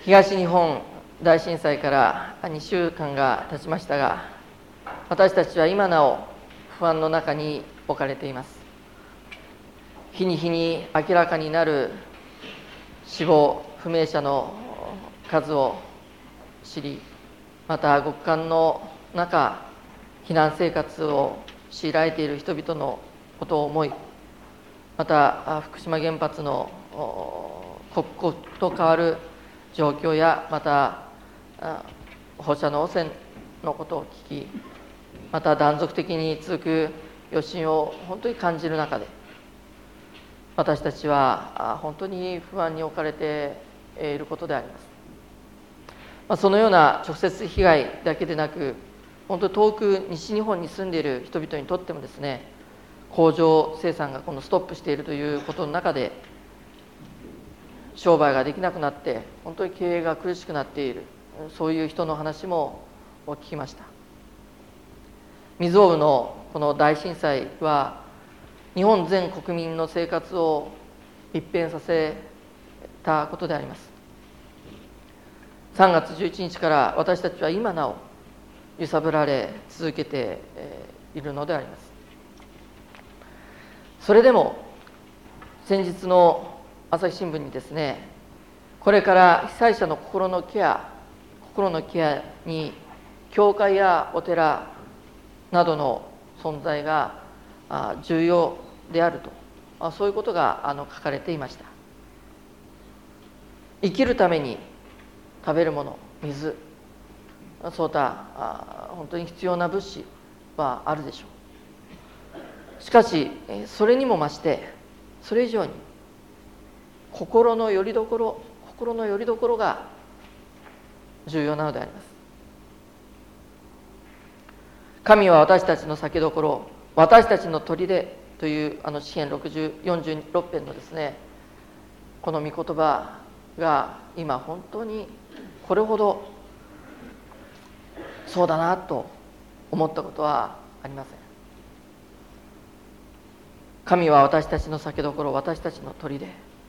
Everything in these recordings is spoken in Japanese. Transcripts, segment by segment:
東日本大震災から2週間が経ちましたが、私たちは今なお不安の中に置かれています。日に日に明らかになる死亡不明者の数を知り、また極寒の中避難生活を強いられている人々のことを思い、また福島原発の刻々と変わる状況や、また放射能汚染のことを聞き、また断続的に続く余震を本当に感じる中で、私たちは本当に不安に置かれていることであります。そのような直接被害だけでなく、本当に遠く西日本に住んでいる人々にとってもですね、工場生産がこのストップしているということの中で、商売ができなくなって本当に経営が苦しくなっている、そういう人の話も聞きました。未曾有のこの大震災は日本全国民の生活を一変させたことであります。3月11日から私たちは今なお揺さぶられ続けているのであります。それでも先日の朝日新聞にですね、これから被災者の心のケアに教会やお寺などの存在が重要であると、そういうことが書かれていました。生きるために食べるもの、水、そうした本当に必要な物資はあるでしょう。しかしそれにも増して、それ以上に心の拠り所が重要なのであります。神は私たちの酒どころ、私たちの砦という詩編46編のですね、この御言葉が今本当にこれほどそうだなと思ったことはありません。神は私たちの酒どころ、私たちの砦。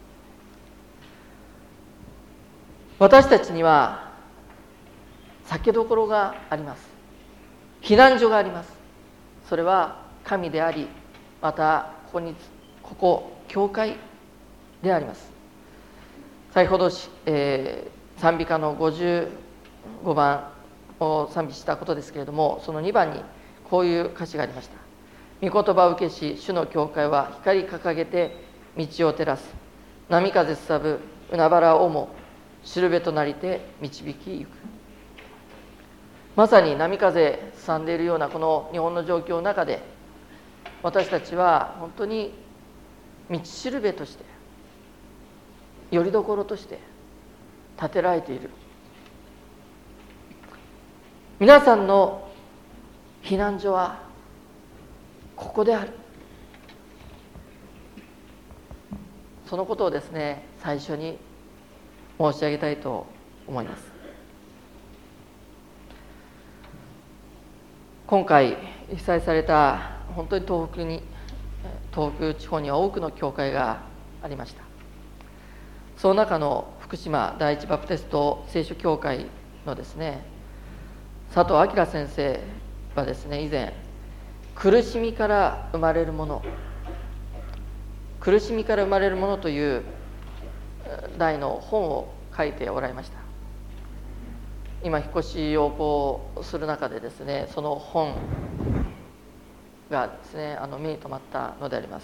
私たちには酒どころがあります。避難所があります。それは神であり、またここ教会であります。先ほど賛美歌の55番を賛美したことですけれども、その2番にこういう歌詞がありました。御言葉を受けし、主の教会は光掲げて道を照らす。波風すさぶ海原をもしるべとなりて導きゆく。まさに波風すさんでいるようなこの日本の状況の中で、私たちは本当に道しるべとして、よりどころとして建てられている。皆さんの避難所はここである。そのことをですね、最初に申し上げたいと思います。今回被災された本当に東北地方には多くの教会がありました。その中の福島第一バプテスト聖書教会のですね、佐藤明先生はですね、以前苦しみから生まれるもの、苦しみから生まれるものという題の本を書いておられました。今引っ越しをこうする中でですね、その本がですね、目に留まったのであります。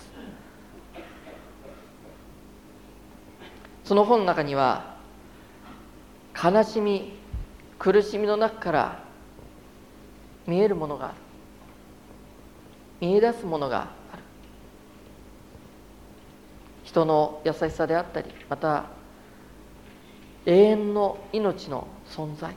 その本の中には、悲しみ、苦しみの中から見えるものがある、見え出すものがある。人の優しさであったり、また永遠の命の存在、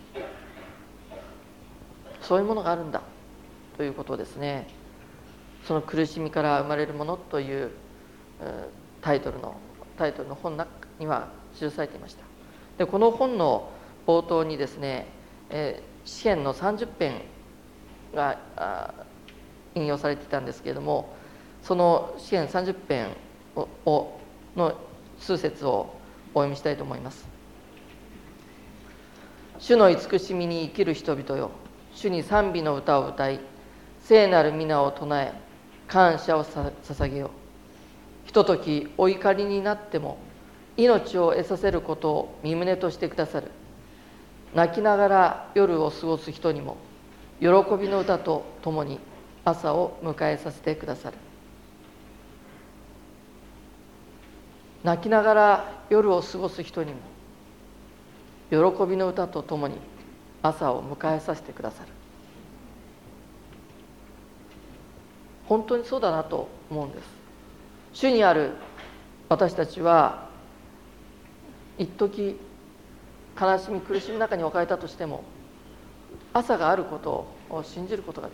そういうものがあるんだということをですね、その苦しみから生まれるものというタイトルの本には記されていました。で、この本の冒頭にですね、詩編の30編が引用されていたんですけれども、その詩編30編の数節をお読みしたいと思います。 主の慈しみに生きる人々よ、主に賛美の歌を歌い、聖なる皆を唱え、感謝を捧げよう。ひとときお怒りになっても命を得させることを身旨としてくださる。泣きながら夜を過ごす人にも喜びの歌とともに朝を迎えさせてくださる。泣きながら夜を過ごす人にも喜びの歌とともに朝を迎えさせてくださる。本当にそうだなと思うんです。主にある私たちは一時悲しみ苦しみの中に置かれたとしても朝があることを信じることがで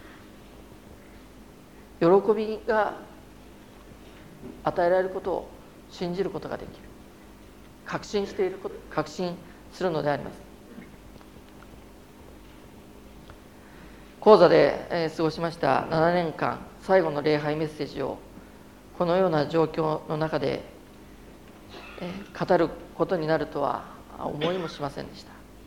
きる。喜びが与えられることを信じることができる。確信していること、確信するのであります。講座で過ごしました7年間、最後の礼拝メッセージをこのような状況の中で語ることになるとは思いもしませんでした。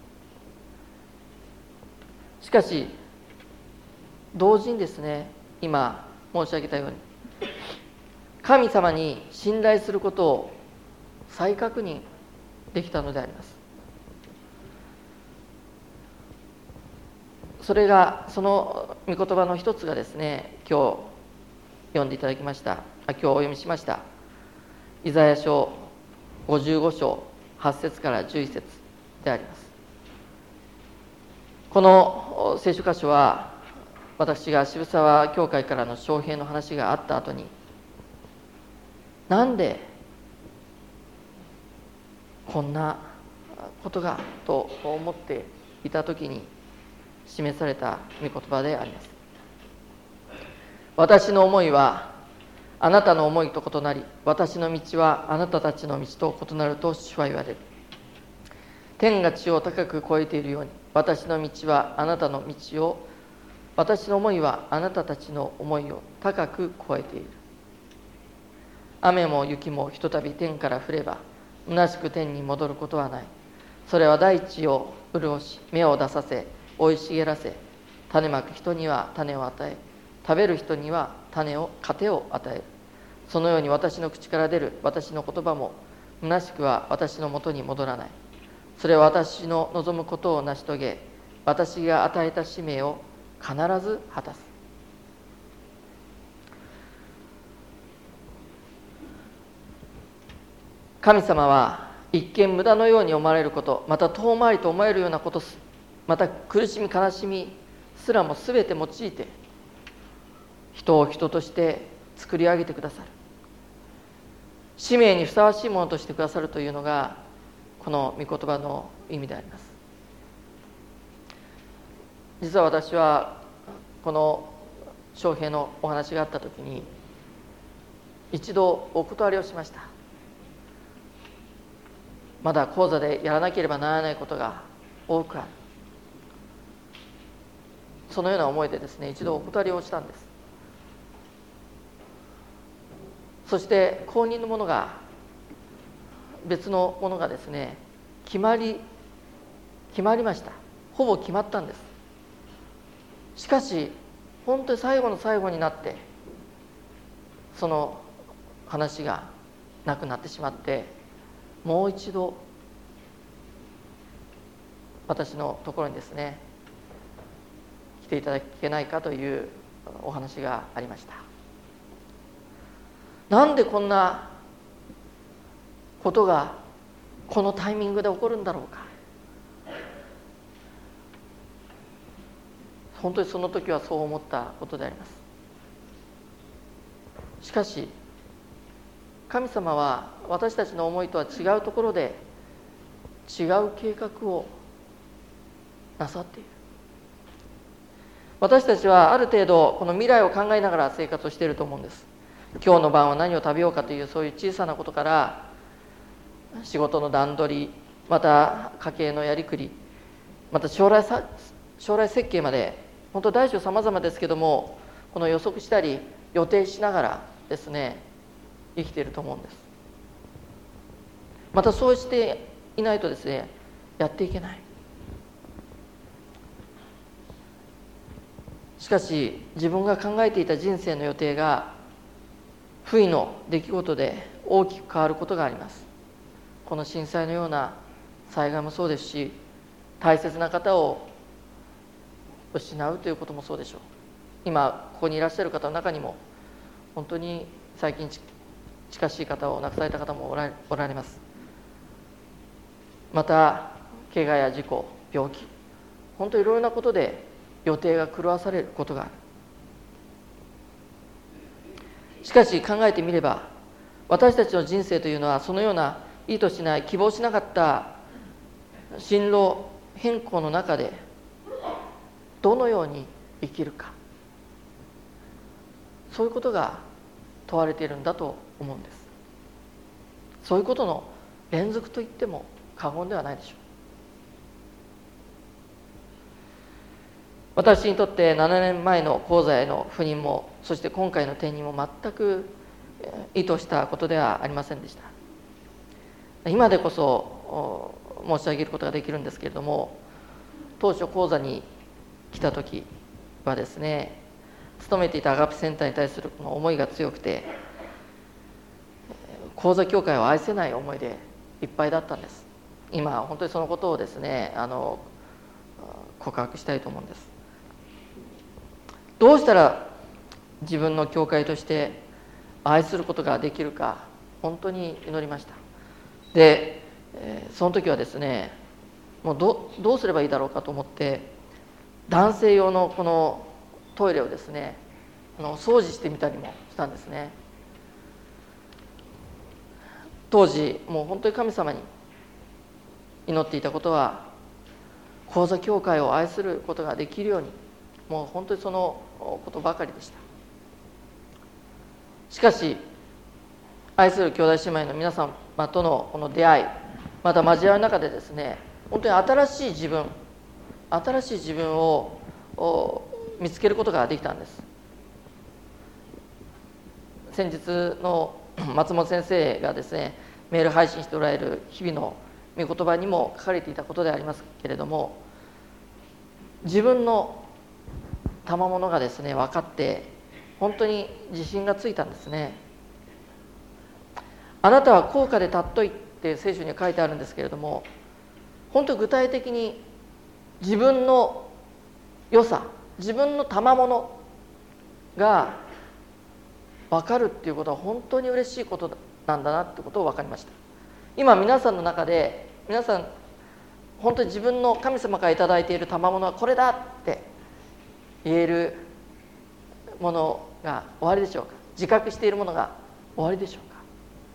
しかし同時にですね、今申し上げたように神様に信頼することを再確認できたのであります。それがその御言葉の一つがですね、今日読んでいただきました、今日お読みしましたイザヤ書55章8節から11節であります。この聖書箇所は私が渋沢教会からの招聘の話があった後に、なんでこんなことがと思っていた時に示された御言葉であります。私の思いはあなたの思いと異なり、私の道はあなたたちの道と異なると主は言われる。天が地を高く越えているように、私の道はあなたの道を、私の思いはあなたたちの思いを高く越えている。雨も雪もひとたび天から降れば虚しく天に戻ることはない。それは大地を潤し、芽を出させ、生い茂らせ、種まく人には種を与え、食べる人には糧を与える。そのように私の口から出る私の言葉も虚しくは私のもとに戻らない。それは私の望むことを成し遂げ、私が与えた使命を必ず果たす。神様は一見無駄のように思われること、また遠回りと思えるようなこと、また苦しみ悲しみすらも全て用いて人を人として作り上げてくださる。使命にふさわしいものとしてくださるというのがこの御言葉の意味であります。実は私はこの翔平のお話があった時に一度お断りをしました。まだ講座でやらなければならないことが多くある、そのような思いでですね、一度お断りをしたんです。そして後任のものが、別のものがですね、決まりました。ほぼ決まったんです。しかし本当に最後の最後になってその話がなくなってしまって、もう一度私のところにですね来ていただけないかというお話がありました。なんでこんなことがこのタイミングで起こるんだろうか。本当にその時はそう思ったことであります。しかし神様は私たちの思いとは違うところで違う計画をなさっている。私たちはある程度この未来を考えながら生活をしていると思うんです。今日の晩は何を食べようかというそういう小さなことから、仕事の段取り、また家計のやりくり、また将来設計まで、本当大小様々ですけども、この予測したり予定しながらですね生きていると思うんです。またそうしていないとですねやっていけない。 しかし自分が考えていた人生の予定が不意の出来事で大きく変わることがあります。この震災のような災害もそうですし、大切な方を失うということもそうでしょう。今ここにいらっしゃる方の中にも本当に最近近しい方を亡くされた方もおられます。また怪我や事故、病気、本当にいろいろなことで予定が狂わされることがある。しかし考えてみれば、私たちの人生というのはそのような意図しない、希望しなかった進路変更の中でどのように生きるか、そういうことが問われているんだと思うんです。そういうことの連続と言っても過言ではないでしょう。私にとって7年前の高座への赴任も、そして今回の転任も全く意図したことではありませんでした。今でこそ申し上げることができるんですけれども、当初高座に来た時はですね、勤めていたアガペセンターに対する思いが強くて、高座教会を愛せない思いでいっぱいだったんです。今本当にそのことをですね告白したいと思うんです。どうしたら自分の教会として愛することができるか、本当に祈りました。で、その時はですね、もうどうすればいいだろうかと思って、男性用のこのトイレをですね掃除してみたりもしたんですね。当時もう本当に神様に祈っていたことは、高座教会を愛することができるように、もう本当にそのことばかりでした。しかし愛する兄弟姉妹の皆様とのこの出会い、また交わる中でですね、本当に新しい自分を見つけることができたんです。先日の松本先生がですねメール配信しておられる日々の御言葉にも書かれていたことでありますけれども、自分の賜物がですね分かって本当に自信がついたんですね。あなたは高価で尊いって聖書には書いてあるんですけれども、本当に具体的に自分の良さ、自分の賜物が分かるっていうことは本当に嬉しいことなんだなってことを分かりました。今皆さんの中で皆さん本当に自分の神様からいただいている賜物はこれだって言えるものがおありでしょうか。自覚しているものがおありでしょうか。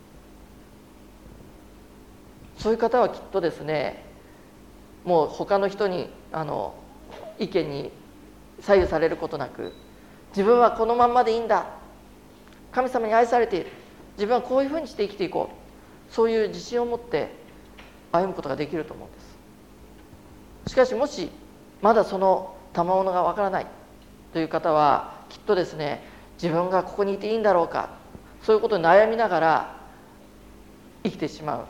そういう方はきっとですね、もう他の人に意見に左右されることなく、自分はこのまんまでいいんだ、神様に愛されている、自分はこういうふうにして生きていこう、そういう自信を持って歩むことができると思うんです。しかしもしまだその賜物がわからないという方は、きっとですね、自分がここにいていいんだろうか、そういうことに悩みながら生きてしまう。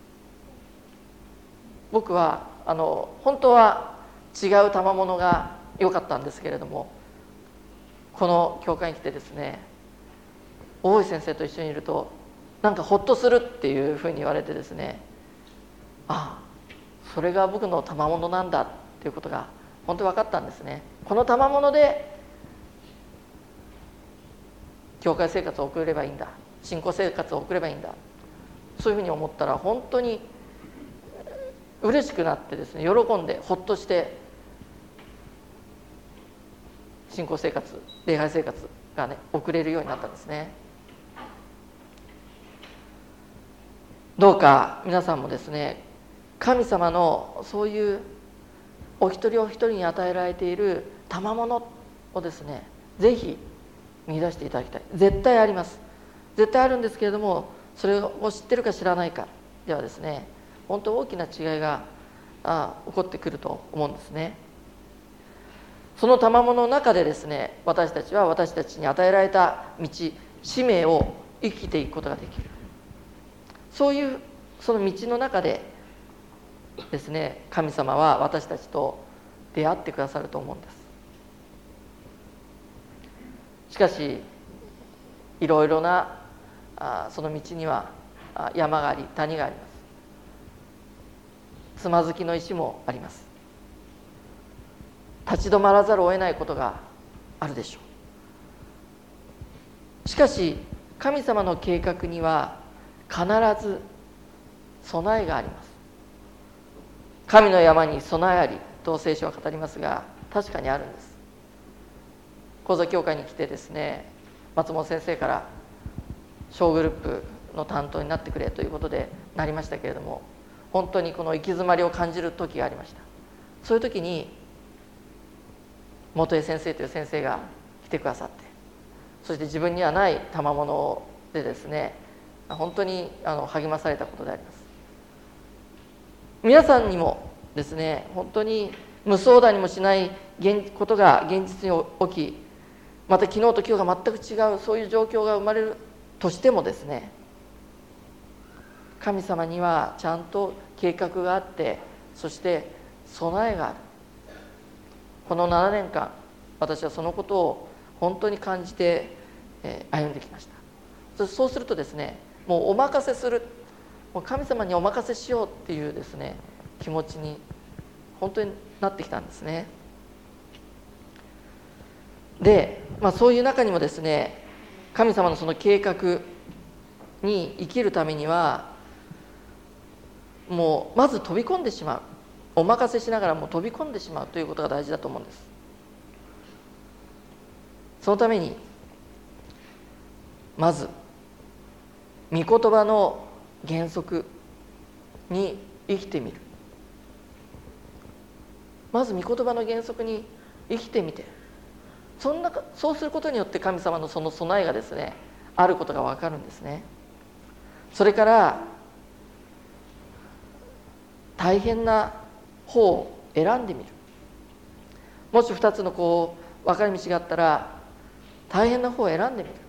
僕は本当は違う賜物が良かったんですけれども、この教会に来てですね、大井先生と一緒にいるとなんかほっとするっていうふうに言われてですね、ああ、それが僕の賜物なんだっていうことが本当に分かったんですね。この賜物で教会生活を送ればいいんだ、信仰生活を送ればいいんだ、そういうふうに思ったら本当に嬉しくなってですね、喜んでほっとして信仰生活、礼拝生活がね送れるようになったんですね。どうか皆さんもですね、神様のそういうお一人お一人に与えられている賜物をですね、ぜひ見出していただきたい。絶対あります。絶対あるんですけれども、それを知ってるか知らないかではですね、本当大きな違いが起こってくると思うんですね。その賜物の中でですね、私たちは私たちに与えられた道、使命を生きていくことができる。そういうその道の中でですね、神様は私たちと出会ってくださると思うんです。 しかしいろいろなその道には山があり谷があります。つまずきの石もあります。立ち止まらざるを得ないことがあるでしょう。しかし神様の計画には必ず備えがあります。神の山に備えありと聖書は語りますが、確かにあるんです。講座教会に来てですね、松本先生から小グループの担当になってくれということでなりましたけれども、本当にこの行き詰まりを感じる時がありました。そういう時に元江先生という先生が来てくださって、そして自分にはない賜物でですね、本当に励まされたことであります。皆さんにもですね、本当に無相談にもしないことが現実に起き、また昨日と今日が全く違うそういう状況が生まれるとしてもですね、神様にはちゃんと計画があって、そして備えがある。この7年間私はそのことを本当に感じて歩んできました。そうするとですね、もうお任せする、もう神様にお任せしようっていうですね気持ちに本当になってきたんですね。で、そういう中にもですね、神様のその計画に生きるためにはもうまず飛び込んでしまう、お任せしながらもう飛び込んでしまうということが大事だと思うんです。そのためにまず御言葉の原則に生きてみる。まず御言葉の原則に生きてみて、そうすることによって神様のその備えがですねあることが分かるんですね。それから大変な方を選んでみる。もし2つの分かれ道があったら大変な方を選んでみる。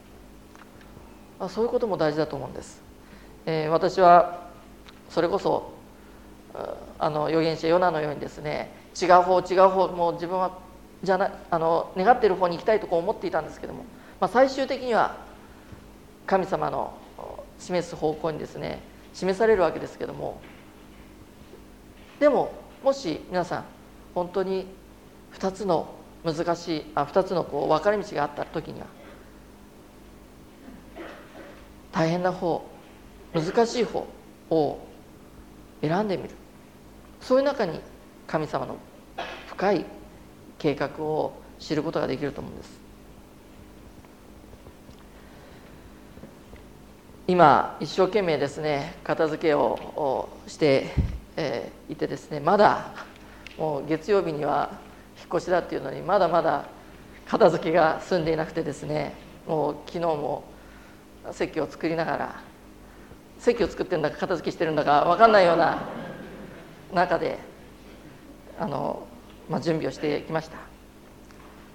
そういうことも大事だと思うんです。私はそれこそ預言者ヨナのようにですね、違う方、もう自分は願っている方に行きたいと思っていたんですけども、最終的には神様の示す方向にですね示されるわけですけども、でももし皆さん本当に2つの分かれ道があった時には、大変な方、難しい方を選んでみる。そういう中に神様の深い計画を知ることができると思うんです。今一生懸命ですね片付けをしていてですね、まだもう月曜日には引っ越しだっていうのにまだまだ片付けが済んでいなくてですね、もう昨日も席を作りながら、席を作ってるんだか片付けしてるんだか分かんないような中で準備をしてきました。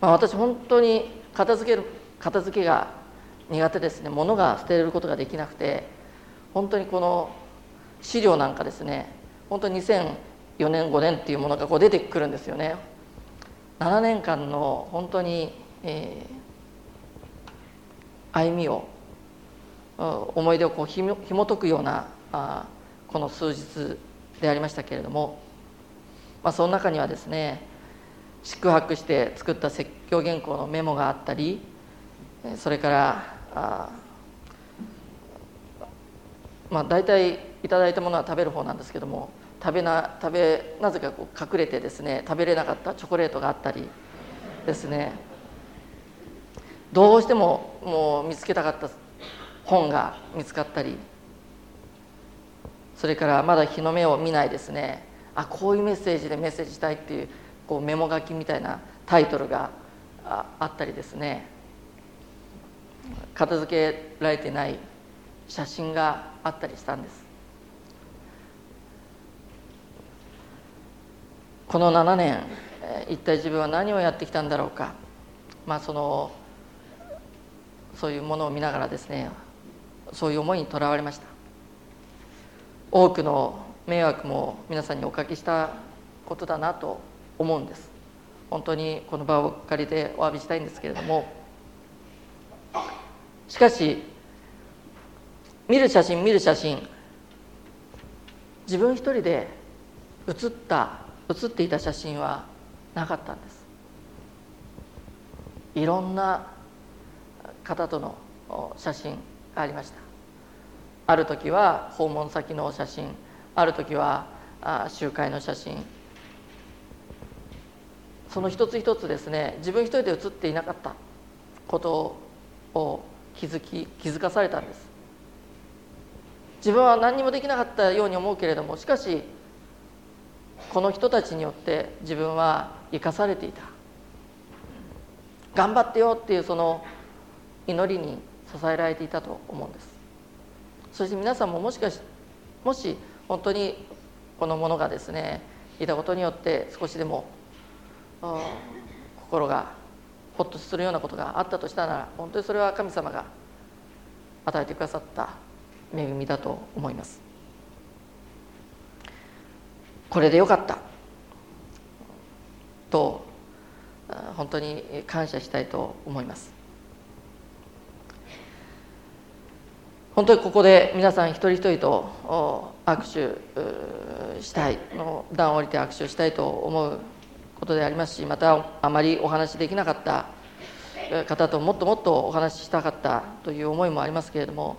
私本当に片付けが苦手ですね。物が捨てることができなくて、本当にこの資料なんかですね、本当に2004年5年っていうものが出てくるんですよね。7年間の本当に、歩みを思い出を紐解くようなこの数日でありましたけれども、その中にはですね、宿泊して作った説教原稿のメモがあったり、それから大体いただいたものは食べる方なんですけども、なぜか隠れてですね食べれなかったチョコレートがあったりですね、どうしてももう見つけたかった本が見つかったり、それからまだ日の目を見ないですね、こういうメッセージでメッセージしたいっていうメモ書きみたいなタイトルがあったりですね、片付けられてない写真があったりしたんです。この7年一体自分は何をやってきたんだろうか、そういうものを見ながらですね、そういう思いにとらわれました。多くの迷惑も皆さんにおかけしたことだなと思うんです。本当にこの場を借りてお詫びしたいんですけれども、 しかし見る写真自分一人で写っていた写真はなかったんです。いろんな方との写真がありました。ある時は訪問先の写真、ある時は集会の写真、その一つ一つですね、自分一人で写っていなかったことを気づかされたんです。自分は何にもできなかったように思うけれども、しかしこの人たちによって自分は生かされていた。頑張ってよっていうその祈りに支えられていたと思うんです。そして皆さんももし本当にこのものがですねいたことによって少しでも心がほっとするようなことがあったとしたなら、本当にそれは神様が与えてくださった恵みだと思います。これでよかったと本当に感謝したいと思います。本当にここで皆さん一人一人と握手したい、段を降りて握手したいと思うことでありますし、またあまりお話しできなかった方ともっともっとお話ししたかったという思いもありますけれども、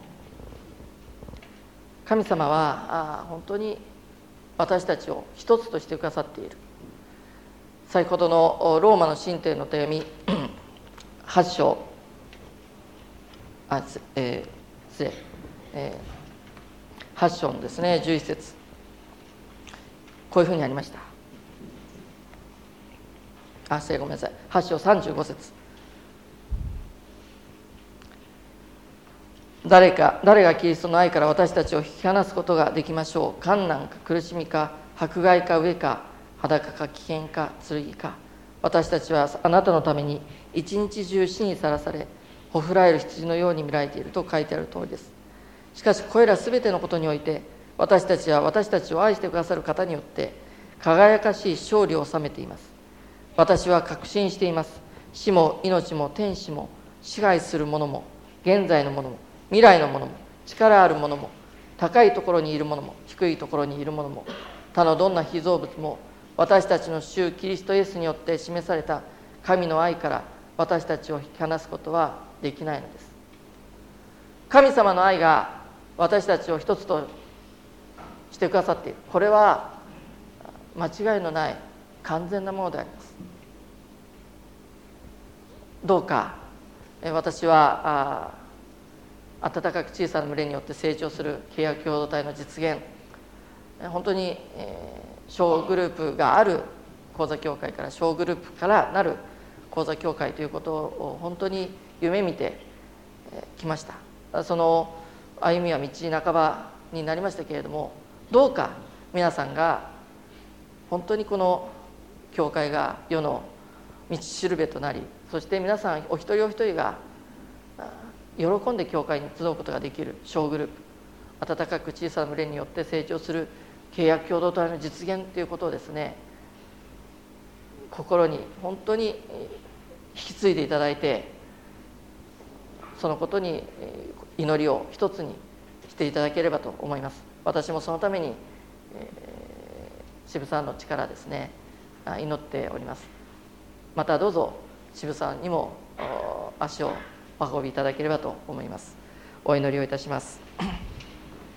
神様は本当に私たちを一つとしてくださっている。先ほどのローマの信徒への手紙8章8章のですね11節、こういうふうにありました。ごめんなさい、8章35節、誰がキリストの愛から私たちを引き離すことができましょう。患難か苦しみか迫害か飢えか裸か危険か剣か。私たちはあなたのために一日中死にさらされ、ほふらえる羊のように見られていると書いてある通りです。しかしこれらすべてのことにおいて、私たちは私たちを愛してくださる方によって輝かしい勝利を収めています。私は確信しています。死も命も天使も支配するものも現在のものも未来のものも力あるものも高いところにいるものも低いところにいるものも他のどんな被造物も、私たちの主キリストイエスによって示された神の愛から私たちを引き離すことはできないのです。神様の愛が私たちを一つとしてくださっている。これは間違いのない完全なものであります。どうか私は温かく小さな群れによって成長する契約共同体の実現、本当に小グループがある講座協会から小グループからなる講座協会ということを本当に夢見てきました。その歩みは道半ばになりましたけれども、どうか皆さんが本当にこの教会が世の道しるべとなり、そして皆さんお一人お一人が喜んで教会に集うことができる小グループ、温かく小さな群れによって成長する契約共同体の実現ということをですね、心に本当に引き継いでいただいて、そのことに祈りを一つにしていただければと思います。私もそのために渋さんの力ですね祈っております。またどうぞ渋さんにも足をお運びいただければと思います。お祈りをいたします。